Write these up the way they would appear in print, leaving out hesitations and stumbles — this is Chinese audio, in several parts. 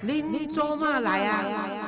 恁做嘛来啊？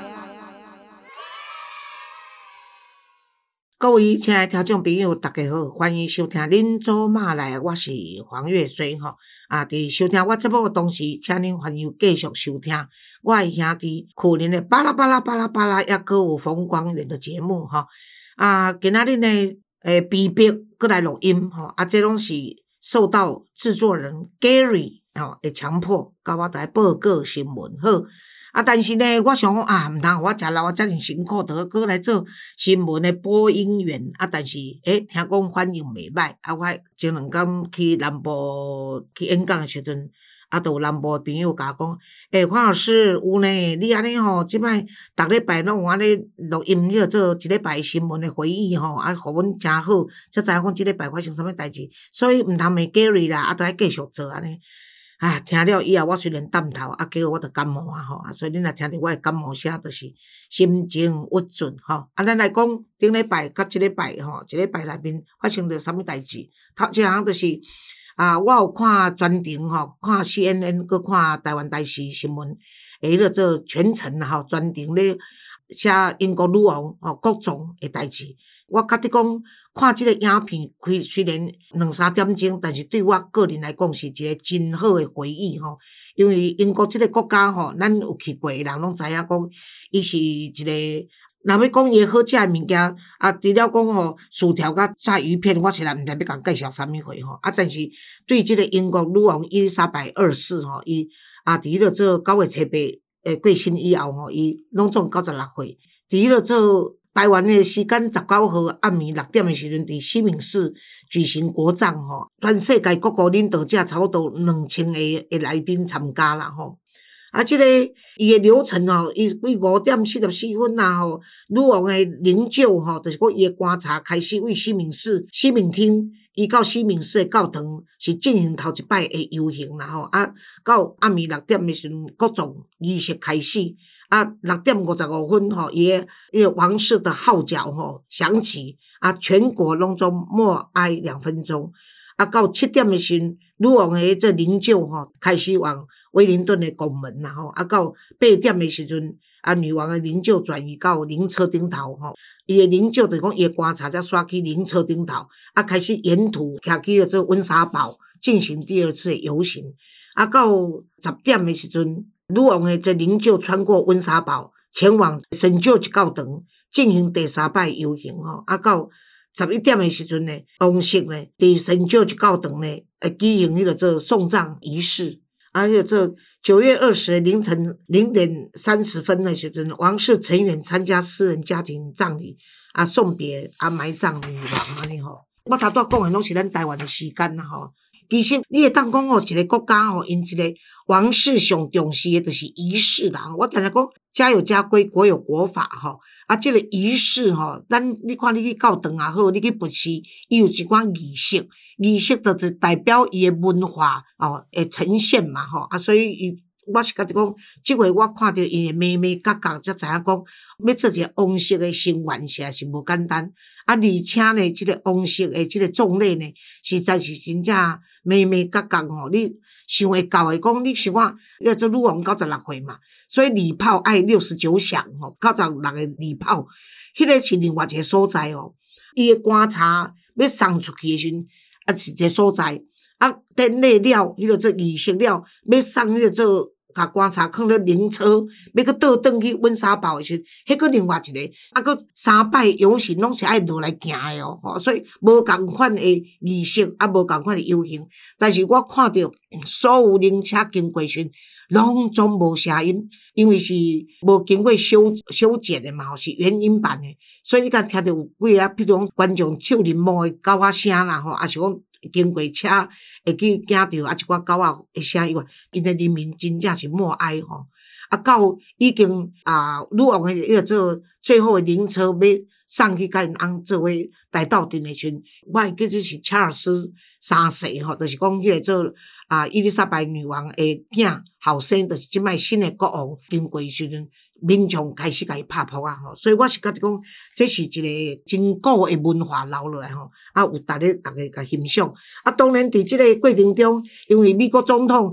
各位亲爱的听众朋友，大家好，欢迎收听恁做嘛来，我是黄月水吼。伫收听我节目的同时，请恁欢迎继续收听我的兄弟去年的巴拉巴拉巴拉巴拉，也搁有冯光远的节目吼。今仔日呢，逼迫搁来录音吼，这拢是受到制作人 Gary 的强迫，甲我来报告新闻好。但是呢，我想讲毋通我食老遮尔辛苦，着搁来做新闻的播音员。但是听讲反应袂歹。我前2天去南部去演讲的时阵，就有南部的朋友甲我讲，黄老师有呢，你安尼吼，即摆逐礼拜拢有安尼录音，你着做一礼拜新闻的回忆吼，互阮诚好，才知影讲即礼拜发生啥物代志，所以毋通骂 Gary 啦，着爱继续做安尼。听了以后，我虽然淡头，结果我就感冒吼，所以恁若听到我的感冒声，就是心情郁准吼。咱来讲顶礼拜甲即礼拜吼，一礼拜内面发生着啥物代志？头一项就是我有看专程吼，看 CNN 搁看台湾台视新闻，迄个做全程吼，专程咧写英国女王吼国葬的代志。我甲你讲，看即个影片开虽然2-3点钟，但是对我个人来讲是一个真好的回忆吼。因为英国即个国家吼，咱有去过的人拢知影讲，伊是一个若要讲伊好食的物件，除了讲吼薯条甲炸鱼片，我实在毋知要甲介绍啥物货吼。但是对即个英国女王伊丽莎白2世吼，伊伫迄个做9月初8过身以后吼，伊拢总96岁，伫迄个做。台湾的时间19号暗暝6点的时阵，伫西敏寺举行国葬吼，全世界各国领导者差不多2000个来宾参加啦吼。即个伊的流程吼，伊为5点44分啦吼，女王的灵柩吼，就是讲伊的棺材开始为西敏厅，伊到西敏寺的教堂是进行头一摆的游行啦吼。到暗暝6点的时阵，国葬仪式开始。6点55分吼，伊个王室的号角吼响起，全国拢总默哀2分钟。到7点的时阵，女王的这灵柩吼开始往威灵顿的拱门啦吼。到8点的时阵，女王的灵柩转移到灵车顶头吼。伊的灵柩就是讲伊的棺材才刷去灵车顶头，开始沿途骑去了这温莎堡进行第2次的游行。到10点的时阵。女王的这灵柩穿过温莎堡，前往圣乔治教堂进行第3摆游行吼。到11点的时阵呢，王室呢伫圣乔治教堂呢举行迄个做送葬仪式。迄个做9月20日凌晨0点30分的时阵，王室成员参加私人家庭葬礼送别埋葬女王安尼吼。我头拄讲的拢是咱台湾的时间啦吼。其实你会当讲一个国家因一个王室上重视的就是仪式啦。我常常讲家有家规，国有国法吼。这个仪式吼，你看你去教堂也好，你去佛寺，伊有一款仪式，仪式就是代表伊的文化会呈现嘛吼。所以我是甲你讲，即回我看到伊的眉眉角角，才知影讲要做一个王室的成员实在是无简单。而且呢，即个王室的即个葬礼呢，实在是真正眉眉角角吼。你想会到的讲，你想看，要做女王96岁嘛，所以礼炮爱69响吼，96个礼炮，迄个是另外一个所在哦。伊的棺材要送出去的时阵，是一个所在。典礼了，迄个做仪式了，要送迄个做。甲棺材放咧灵车，要搁倒转去温莎堡的时阵，迄个另外一个，搁3摆游行拢是爱落来行的哦，所以无共款的仪式，无共款的游行。但是我看到所有灵车经过时，拢总无声音，因为是无经过修剪的嘛，是原音版的，所以你敢听到有几啊，比如讲观众唱铃木的狗仔声啦，还是讲。经过车会去惊到一寡狗仔的声以外，因的人民真正是默哀吼。到已经女王的迄个做最后的灵车要送去甲因翁做伙来斗阵的时阵，我会记得是查尔斯3世吼，就是讲迄个做伊丽莎白女王的囝后生，就是即摆新的国王经过时阵。民众开始甲伊拍扑吼，所以我是甲你讲，这是一个真古的文化留落来吼，有逐个甲欣赏。当然伫即个过程中，因为美国总统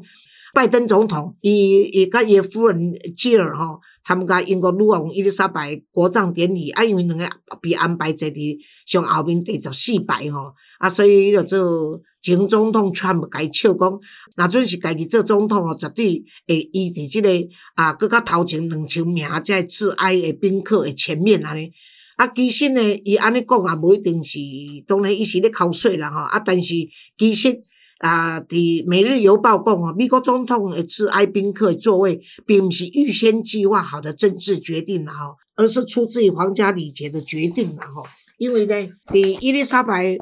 拜登总统伊甲伊夫人吉尔参加英国女王伊丽莎白国葬典礼，因为两个被安排坐伫上后面第14排所以就做前总统川普甲伊笑讲，若准是家己做总统绝对会依伫即个搁较头前2000名才会致哀的宾客的前面安尼。其实呢，伊安尼讲也无一定是，当然伊是咧口水啦但是其实伫《每日邮报》讲美国总统的致哀宾客的座位，并不是预先计划好的政治决定啦而是出自于皇家礼节的决定啦因为呢，伫伊丽莎白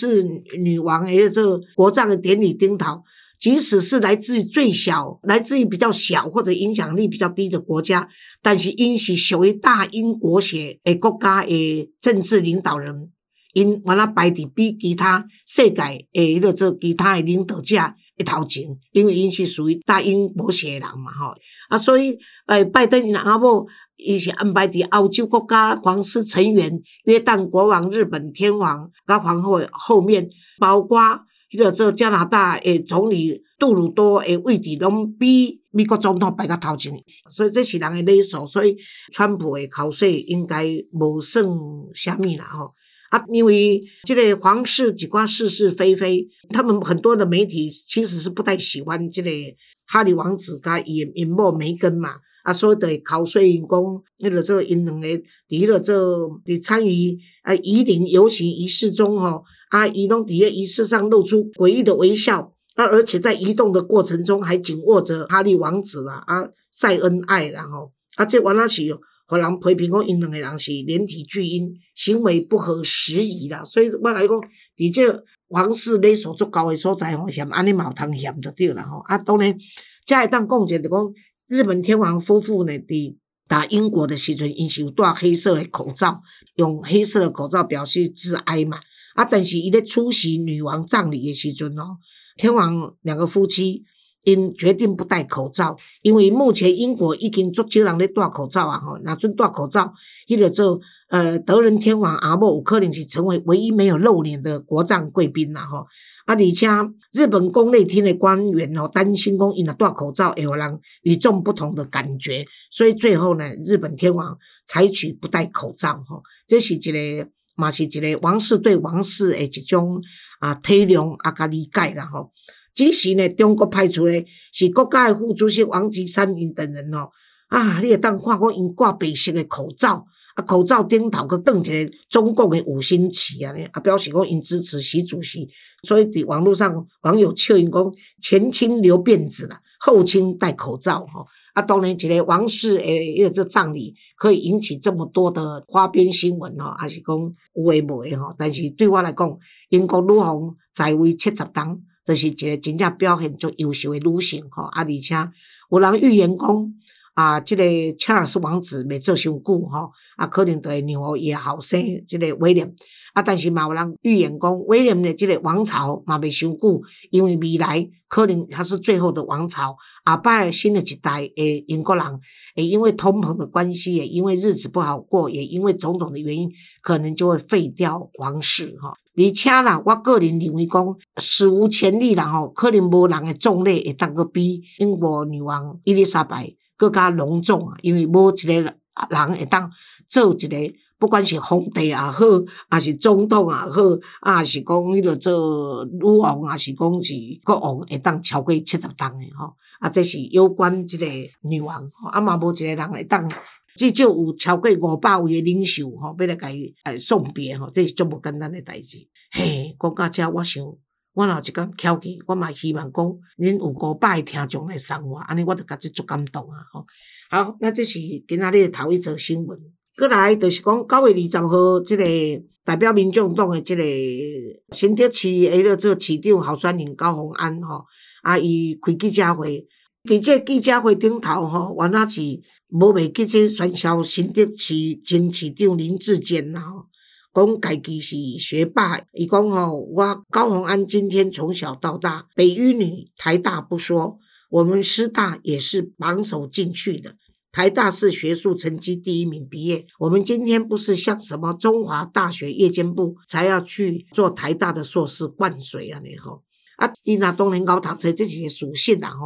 24女王的这个国葬的典礼顶头，即使是来自于比较小或者影响力比较低的国家，但是因是属于大英国血的国家的政治领导人，因原来排伫比其他世界的做其他的领导者的头前，因为因是属于大英国血的人嘛所以拜登因阿某伊是安排伫欧洲国家皇室成员约旦国王、日本天皇甲皇后后面，包括做加拿大的总理杜鲁多的位置拢比美国总统排到头前，所以这是人的礼数，所以川普的口水应该无算啥物啦因为这个皇室一寡是是非非，他们很多的媒体其实是不太喜欢这个哈利王子甲伊某梅根嘛所以就会口水因讲做因两个伫参与移灵游行仪式中伊拢伫仪式上露出诡异的微笑而且在移动的过程中还紧握着哈利王子晒恩爱啦这原来是互人批评讲因两个人是连体巨婴，行为不合时宜啦。所以我来讲，伫这皇室礼数足高的所在嫌安尼嘛有通嫌就对啦当然，才会当讲者就讲日本天皇夫妇呢，伫打英国的时阵，因是有戴黑色的口罩，用黑色的口罩表示致哀嘛但是伊咧出席女王葬礼的时阵天皇两个夫妻因决定不戴口罩，因为目前英国已经足少人咧戴口罩若准戴口罩，迄个做德仁天皇阿某有可能是成为唯一没有露脸的国葬贵宾啦而且日本宫内厅的官员担心讲因若戴口罩会互人与众不同的感觉，所以最后呢，日本天皇采取不戴口罩这是嘛是一个王室对王室的一种体谅甲理解啦只是呢，中国派出的是国家的副主席王岐山因等人你会当看讲因挂白色的口罩口罩顶头佮放一个中共的五星旗表示讲因支持习主席，所以伫网络上网友笑因讲前清留辫子啦，后清戴口罩当然一个王室的这葬礼可以引起这么多的花边新闻还是讲有诶无诶但是对我来讲，英国女皇在位70冬，就是一个真正表现足优秀的女性而且有人预言讲这个查尔斯王子袂做伤久可能就会让予伊的后生这个威廉但是嘛有人预言讲威廉的这个王朝嘛袂伤久，因为未来可能他是最后的王朝，下摆新的一代的英国人也因为通膨的关系，也因为日子不好过，也因为种种的原因，可能就会废掉王室而且啦，我个人认为讲史无前例啦可能无人的葬礼会当个比英国女王伊丽莎白更加隆重因为无一个人会当做一个不管是皇帝也好，还是总统也好，还是讲迄个做女王，还是讲是国王，会当超过70冬的这是有关这个女王嘛无一个人会当，至少有超过500位的领袖要来甲伊送别这是足无简单的代志。讲到这，我想我若有一天翘起，我嘛希望讲恁有500个听众来送我，安尼我就觉得足感动好，那这是今仔日的头一则新闻。过来就是讲9月20号，这个代表民众党的这个新竹市的做市长候选人高虹安伊开记者会，伫这记者会顶头原来是无卖记者宣销新竹市前市长林志坚讲家己是学霸，伊讲我高虹安今天从小到大，北一女、台大不说，我们师大也是榜首进去的。台大是学术成绩第1名毕业，我们今天不是像什么中华大学夜间部才要去做台大的硕士灌水伊若当然高读册，这是一个属性啦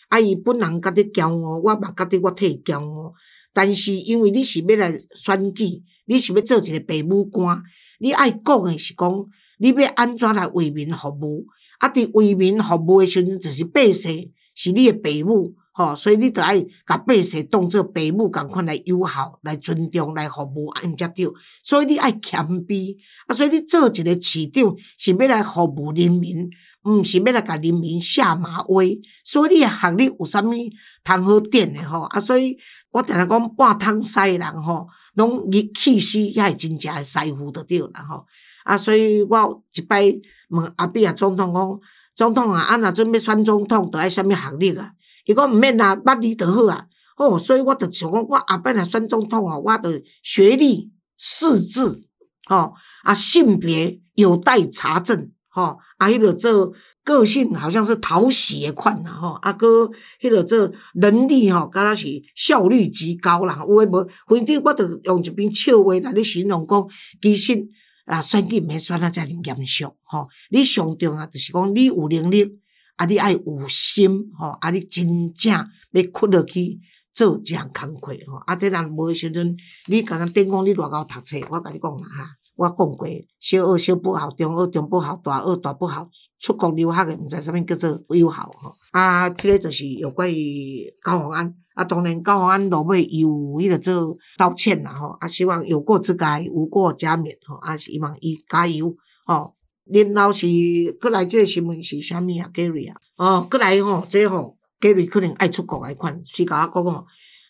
伊本人家己骄傲，我嘛家己我替伊骄傲。但是因为你是要来选举，你是要做一个爸母官，你爱讲的是讲，你要安怎来为民服务？伫为民服务的时阵，就是百姓是你的爸母，所以你着爱甲百姓当做爸母共款来友好、来尊重、来服务，毋才对。所以你爱谦卑，所以你做一个市长是要来服务人民，毋是要来甲人民下马威。所以你的学历有啥物通好点的所以我定定讲半桶屎的人拢气死遐真正的师傅就对啦所以我有一摆问阿扁总统讲，总统啊，若准要选总统，着爱啥物学历啊？伊讲毋免啦，捌字就好啊。所以我就想讲，我后摆若选总统我着学历、识字，性别有待查证，迄落做个性好像是讨喜的款啦，搁迄落做能力敢若是效率极高啦。有诶无，反正我着用一篇笑话来咧形容讲，其实选举毋免选遮尔严肃，你上重要就是讲你有能力，你爱有心，你真正要屈落去做这项工课，这人无诶时阵，你刚刚顶讲你偌够读册，我甲你讲啦我讲过，小学小不好，中学中不好，大学大不好，出国留学的毋知啥物叫做友好这个就是有关于高虹安。当然高虹安落尾有迄个做道歉啦希望有过之改，无过加勉希望伊加油然后是过来这个新闻是啥物Gary 过来这Gary 可能爱出国来看，是甲我讲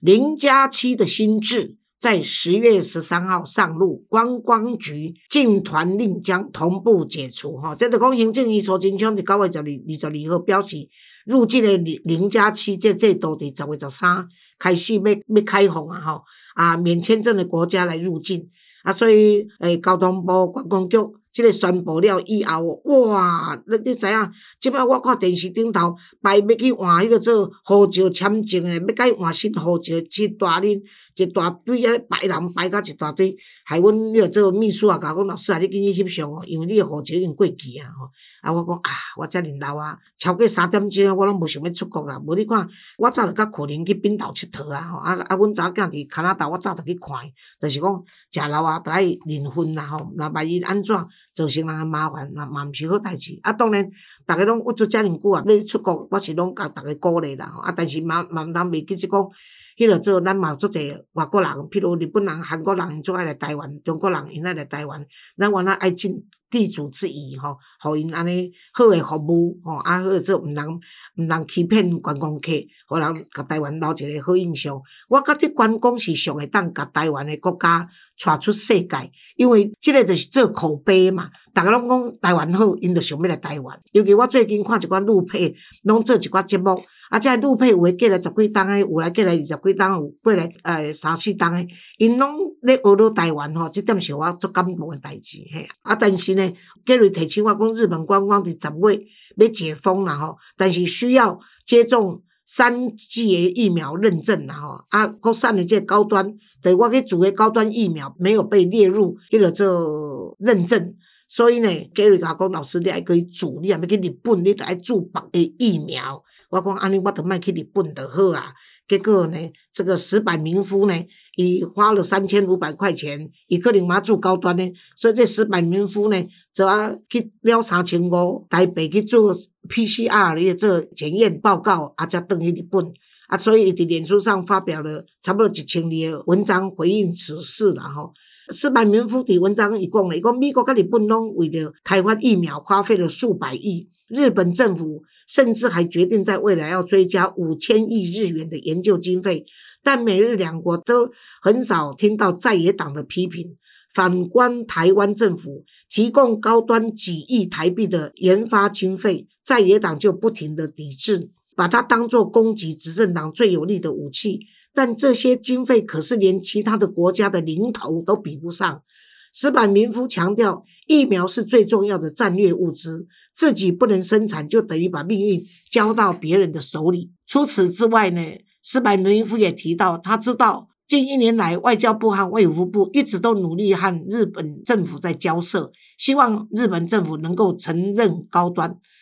0+7的新制在10月13号上路，观光局禁团令将同步解除这就讲行政院苏贞昌伫9月22号表示，入境的0+7这制度伫10月13开始要开放免签证的国家来入境所以交通部观光局这个宣布了以后，哇！你知影？即摆我看电视顶头排要去换迄个做护照签证诶，要甲伊换新护照，一大堆排人排甲一大堆，害阮迄个做秘书甲我讲老师你紧去翕相因为你诶护照已经过期我讲我遮尔老超过3点钟我拢无想要出国啦。无你看，我早就甲可能去冰岛佚佗阮查某囝伫加拿大，我早就去看，就是讲食老着爱认份啦若万一安怎？造成人诶麻烦，嘛毋是好代志。当然，逐个拢屈足遮尔久要出国，我是拢甲逐个鼓励啦。但是嘛毋通袂记即讲，迄落做咱嘛有足侪外国人，譬如日本人、韩国人，因总爱来台湾；中国人因爱来台湾，咱原来爱尽地主之谊互因安尼好诶服务或者做毋通欺骗观光客，互人甲台湾留一个好印象。我觉得观光是上会当甲台湾诶国家带出世界，因为即个就是做口碑嘛。逐个拢讲台湾好，因就想要来台湾。尤其我最近看一寡陆配，拢做一寡节目。这陆配有诶过来10几档诶，有来过来20几档，有过来3、4档诶，因拢咧学到台湾这点是我足感动诶代志但是呢，Gary 提醒我讲，日本观光伫10月要解封啦但是需要接种3剂诶疫苗认证啦国产诶这个高端，对我去煮诶高端疫苗没有被列入迄个做认证。所以呢 ，Gary 甲我讲，老师你爱去煮，你若要去日本，你着爱煮别诶疫苗。我讲安尼，我着莫去日本就好啊。结果呢，这个石坂民夫呢，伊花了3500块钱，伊可能嘛住高端呢，所以这石坂民夫呢，就去了3500台币去做 PCR 的做检验报告，才转去日本。所以伊伫脸书上发表了差不多1000字的文章回应此事啦石坂民夫伫文章伊讲美国甲日本拢为了开发疫苗花费了数百亿，日本政府甚至还决定在未来要追加5000亿日元的研究经费，但美日两国都很少听到在野党的批评。反观台湾政府提供高端几亿台币的研发经费，在野党就不停的抵制，把它当作攻击执政党最有力的武器。但这些经费可是连其他的国家的零头都比不上。石坂民夫强调，疫苗是最重要的战略物资，自己不能生产，就等于把命运交到别人的手里。除此之外呢，石坂民夫也提到，他知道近1年来，外交部和卫福部一直都努力和日本政府在交涉，希望日本政府能够承认高端。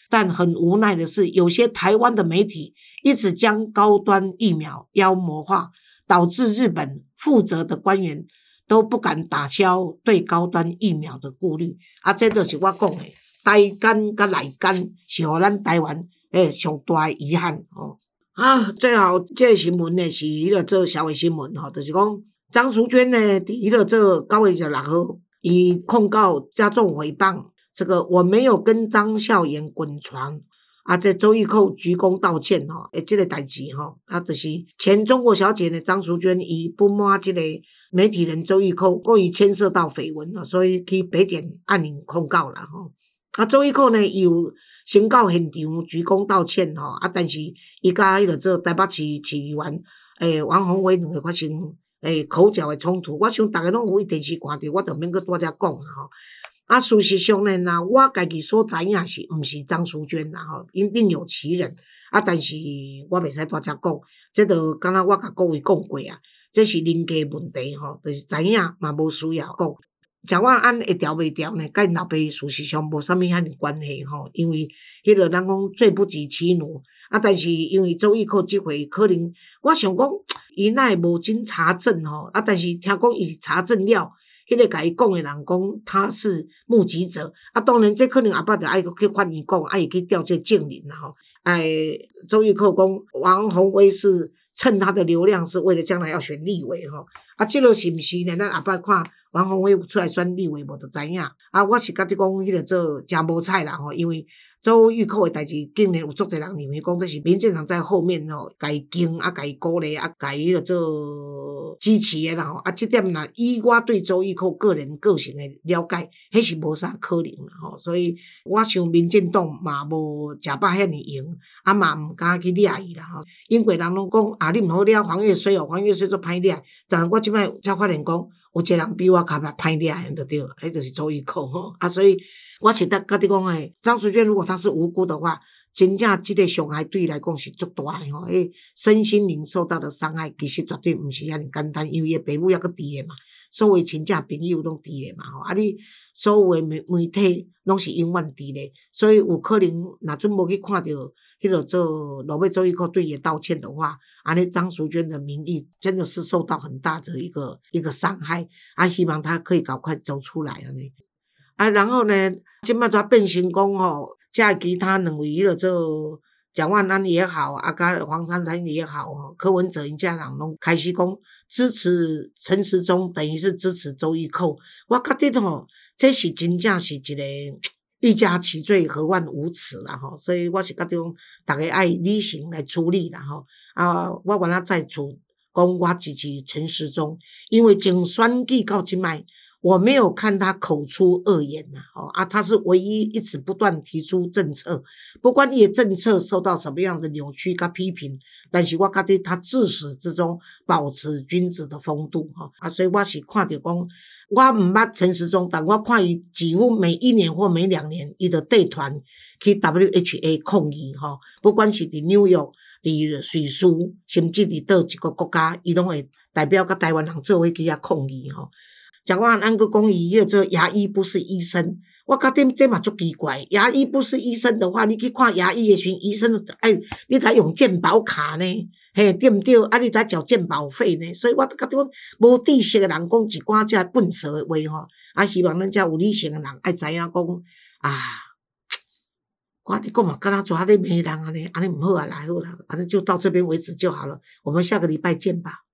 但很无奈的是，有些台湾的媒体一直将高端疫苗妖魔化，导致日本负责的官员都不敢打消对高端疫苗的顾虑。这就是我讲的，台奸甲内奸是互咱台湾上大的遗憾最后这个新闻呢是迄个做社会新闻就是讲张淑娟呢伫迄个做9月16号，伊控告加重诽谤，这个我没有跟张孝言滚床。这周玉蔻鞠躬道歉这个代志就是前中国小姐呢张淑娟伊不满这个媒体人周玉蔻故意牵涉到绯闻所以去北检按铃控告啦周玉蔻呢有先到现场鞠躬道歉但是伊甲迄个做台北市市议员王宏伟两个发生口角的冲突，我想大家拢有电视看到，我就免搁多遮讲事实上呢，我家己所知影是毋是张淑娟因另有其人但是我袂使多遮讲，这就敢若我甲各位讲过这是人家问题就是知影嘛无需要讲。蒋万安会调袂调呢，甲因老爸事实上无啥物遐尼关系因为迄个人讲罪不及妻奴但是因为周玉蔻即回可能我想讲伊哪会无经查证但是听讲伊查证了，迄个甲伊讲的人讲他是目击者当然这可能后摆就爱去法院讲爱去调这证人啦周玉蔻讲王宏威是趁他的流量是为了将来要选立委这个是毋是呢？咱后摆看王宏威出来选立委无就知影我是甲你讲迄个做真无彩啦因为周玉蔻的代志竟然有足侪人认为讲这是民进党在后面甲伊经甲伊鼓励甲伊迄个做支持的啦这点啦以我对周玉蔻个人个性的了解，迄是无啥可能啦所以我想民进党嘛无食饱遐尼用嘛毋敢去掠伊啦因为人拢讲你毋好掠黄越水黄越水做歹掠，但我即摆才发现讲有一个人比我较歹掠就对了，迄就是周玉蔻所以我是甲你讲张淑娟如果她是无辜的话，真正这个伤害对伊来讲是足大的身心灵受到的伤害其实绝对毋是遐尼简单，因为伊的父母还佫伫咧嘛，所有亲戚朋友拢伫咧嘛你所有的媒体拢是永远伫咧，所以有可能若准无去看到迄个做落尾周玉蔻对伊道歉的话，安尼张淑娟的名誉真的是受到很大的一个伤害希望她可以赶快走出来然后呢现在才变成讲这其他两位迄个做蒋万安也好甲黄珊珊也好柯文哲因家人拢开始讲支持陈时中，等于是支持周玉蔻，我觉得这是真正是一个欲加其罪何患无辞啦所以我是觉得讲大家爱理性来处理啦我原来在处讲我支持陈时中，因为从选举到现在我没有看他口出恶言他是唯一一直不断提出政策，不管他的政策受到什么样的扭曲跟批评，但是我觉得他自始至终保持君子的风度所以我是看到讲我唔捌陈时中，但我看伊几乎每一年或每2年伊就带团去 WHA 抗议不管是伫纽约伫瑞士甚至伫倒一个国家，伊拢会代表甲台湾人做伙去遐抗议蒋万安佫讲伊迄个做牙医不是医生，我觉得这嘛足奇怪，牙医不是医生的话，你去看牙医的时候，医生你才用健保卡呢对不对你才缴健保费呢，所以我觉得讲无知识的人讲一寡这笨蛇的话希望咱这有理性的人爱知影讲我你讲嘛敢若做咧骂人安尼毋好啦，好啦，反正就到这边为止就好了，我们下个礼拜见吧。